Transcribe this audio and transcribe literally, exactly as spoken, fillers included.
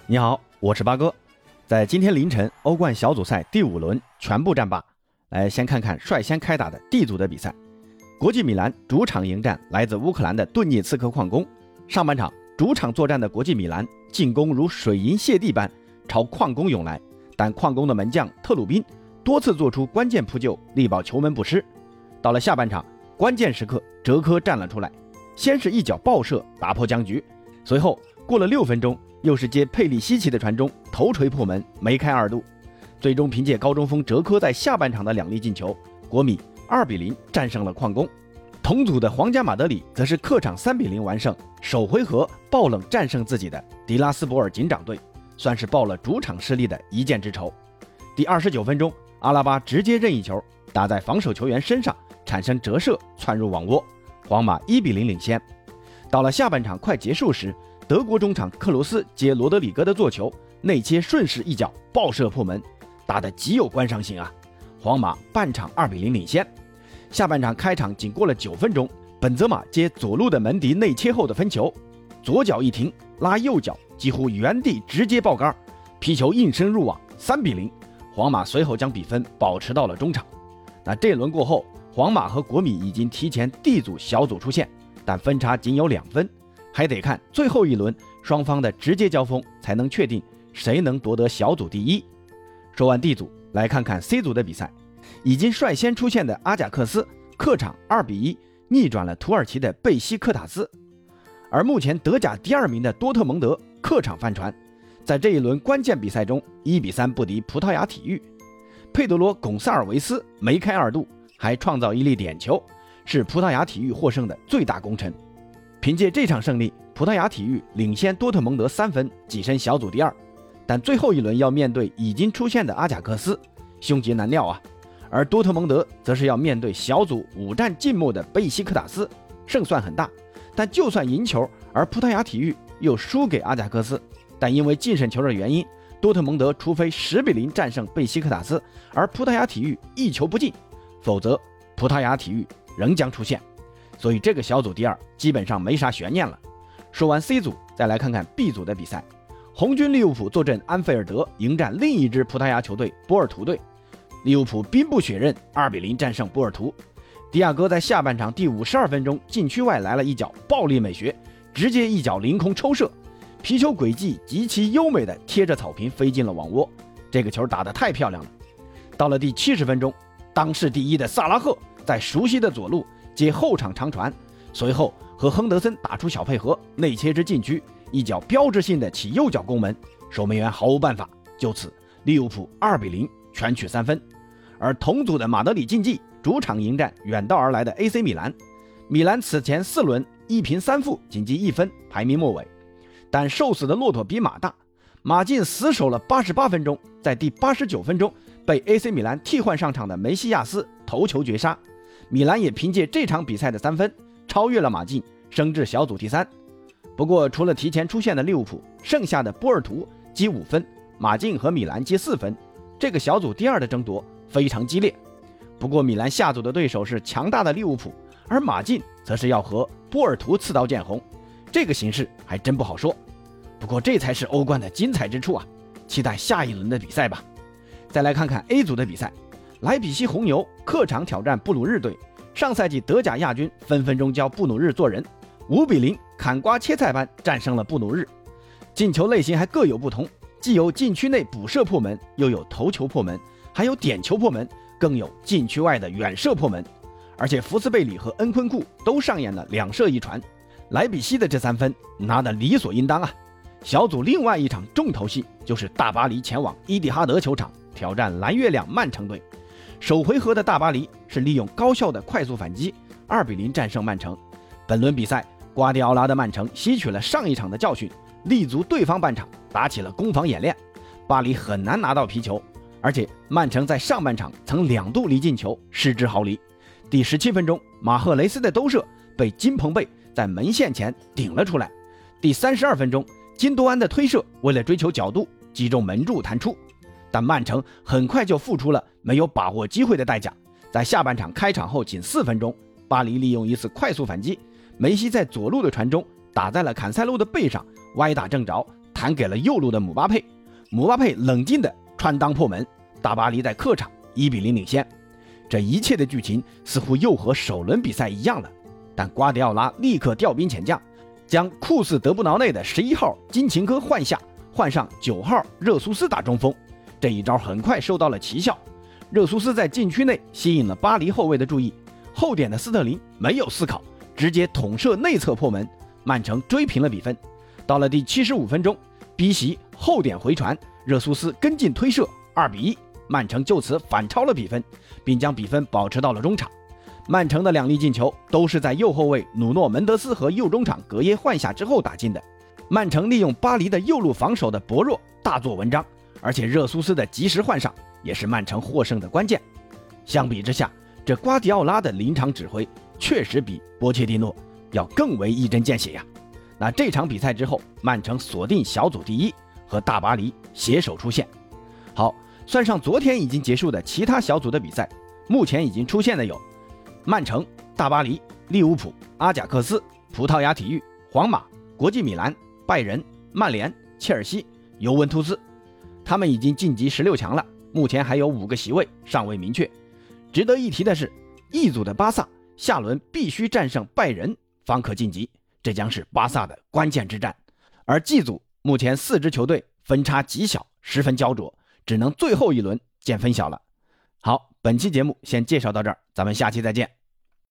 你好，我是八哥。在今天凌晨，欧冠小组赛第五轮全部战罢。来先看看率先开打的 D 组的比赛。国际米兰主场迎战来自乌克兰的顿涅茨克矿工。上半场主场作战的国际米兰进攻如水银泻地般朝矿工涌来，但矿工的门将特鲁宾多次做出关键扑救，力保球门不失。到了下半场，关键时刻哲科站了出来，先是一脚爆射打破僵局，随后过了六分钟又是接佩里西奇的传中头锤破门，梅开二度。最终凭借高中锋哲科在下半场的两粒进球，国米二比零战胜了矿工。同组的皇家马德里则是客场三比零完胜，首回合爆冷战胜自己的迪拉斯伯尔警长队，算是报了主场失利的一箭之仇。第二十九分钟，阿拉巴直接任意球打在防守球员身上，产生折射窜入网窝，皇马一比零领先。到了下半场快结束时，德国中场克罗斯接罗德里戈的做球，内切顺势一脚爆射破门，打得极有观赏性啊！皇马半场二比零领先。下半场开场仅过了九分钟，本泽马接左路的门迪内切后的分球，左脚一停，拉右脚几乎原地直接爆杆，皮球应声入网，三比零。皇马随后将比分保持到了中场。那这轮过后，皇马和国米已经提前 D 组小组出线，但分差仅有两分，还得看最后一轮双方的直接交锋才能确定谁能夺得小组第一。说完 D 组，来看看 C 组的比赛。已经率先出现的阿贾克斯客场二比一逆转了土耳其的贝西克塔斯，而目前德甲第二名的多特蒙德客场翻船，在这一轮关键比赛中一比三不敌葡萄牙体育。佩德罗·贡萨尔维斯梅开二度，还创造一粒点球，是葡萄牙体育获胜的最大功臣。凭借这场胜利，葡萄牙体育领先多特蒙德三分，跻身小组第二。但最后一轮要面对已经出现的阿贾克斯，凶吉难料啊。而多特蒙德则是要面对小组五战尽末的贝西克塔斯，胜算很大。但就算赢球，而葡萄牙体育又输给阿贾克斯，但因为净胜球的原因，多特蒙德除非十比零战胜贝西克塔斯，而葡萄牙体育一球不进，否则葡萄牙体育仍将出线。所以这个小组第二基本上没啥悬念了。说完 C 组，再来看看 B 组的比赛。红军利物浦坐镇安菲尔德迎战另一支葡萄牙球队波尔图队。利物浦兵不血刃二比零战胜波尔图。迪亚哥在下半场第五十二分钟禁区外来了一脚暴力美学，直接一脚凌空抽射，皮球轨迹极其优美的贴着草坪飞进了网窝，这个球打得太漂亮了。到了第七十分钟，当世第一的萨拉赫在熟悉的左路接后场长传，随后和亨德森打出小配合，内切至禁区，一脚标志性的起右脚攻门，守门员毫无办法，就此利物浦二比零全取三分。而同组的马德里竞技主场迎战远道而来的 A C 米兰，米兰此前四轮一平三负，仅积一分，排名末尾。但瘦死的骆驼比马大，马竞死守了八十八分钟，在第八十九分钟被 A C 米兰替换上场的梅西亚斯头球绝杀。米兰也凭借这场比赛的三分超越了马竞，升至小组第三。不过除了提前出现的利物浦，剩下的波尔图积五分，马竞和米兰积四分，这个小组第二的争夺非常激烈。不过米兰下组的对手是强大的利物浦，而马竞则是要和波尔图刺刀见红，这个形势还真不好说。不过这才是欧冠的精彩之处啊，期待下一轮的比赛吧。再来看看 A 组的比赛，莱比锡红牛客场挑战布鲁日队，上赛季德甲亚军分分钟教布鲁日做人，五比零砍瓜切菜般战胜了布鲁日。进球类型还各有不同，既有禁区内补射破门，又有头球破门，还有点球破门，更有禁区外的远射破门。而且福斯贝里和恩昆库都上演了两射一传，莱比锡的这三分拿得理所应当啊。小组另外一场重头戏就是大巴黎前往伊蒂哈德球场挑战蓝月亮曼城队。首回合的大巴黎是利用高效的快速反击二比零战胜曼城。本轮比赛瓜迪奥拉的曼城吸取了上一场的教训，立足对方半场打起了攻防演练，巴黎很难拿到皮球，而且曼城在上半场曾两度离进球，失之毫厘。第十七分钟，马赫雷斯的兜射被金彭贝在门线前顶了出来。第三十二分钟，金多安的推射为了追求角度击中门柱弹出，但曼城很快就付出了没有把握机会的代价。在下半场开场后仅四分钟，巴黎利用一次快速反击，梅西在左路的传中打在了坎塞洛的背上，歪打正着弹给了右路的姆巴佩，姆巴佩冷静地穿裆破门，大巴黎在客场一比零领先。这一切的剧情似乎又和首轮比赛一样了，但瓜迪奥拉立刻调兵遣将，将酷似德布劳内的十一号金琴科换下，换上九号热苏斯打中锋。这一招很快收到了奇效，热苏斯在禁区内吸引了巴黎后卫的注意，后点的斯特林没有思考，直接捅射内侧破门，曼城追平了比分。到了第七十五分钟，逼袭后点回传，热苏斯跟进推射，二比一，曼城就此反超了比分，并将比分保持到了中场。曼城的两粒进球都是在右后卫努诺门德斯和右中场格耶换下之后打进的。曼城利用巴黎的右路防守的薄弱大做文章，而且热苏斯的及时换上也是曼城获胜的关键。相比之下，这瓜迪奥拉的临场指挥确实比波切蒂诺要更为一针见血呀。那这场比赛之后，曼城锁定小组第一，和大巴黎携手出线。好，算上昨天已经结束的其他小组的比赛，目前已经出现的有曼城、大巴黎、利物浦、阿贾克斯、葡萄牙体育、皇马、国际米兰、拜仁、曼联、切尔西、尤文图斯，他们已经晋级十六强了，目前还有五个席位尚未明确。值得一提的是，E组的巴萨下轮必须战胜拜仁方可晋级，这将是巴萨的关键之战。而 G 组目前四支球队分差极小，十分焦灼，只能最后一轮见分晓了。好，本期节目先介绍到这儿，咱们下期再见。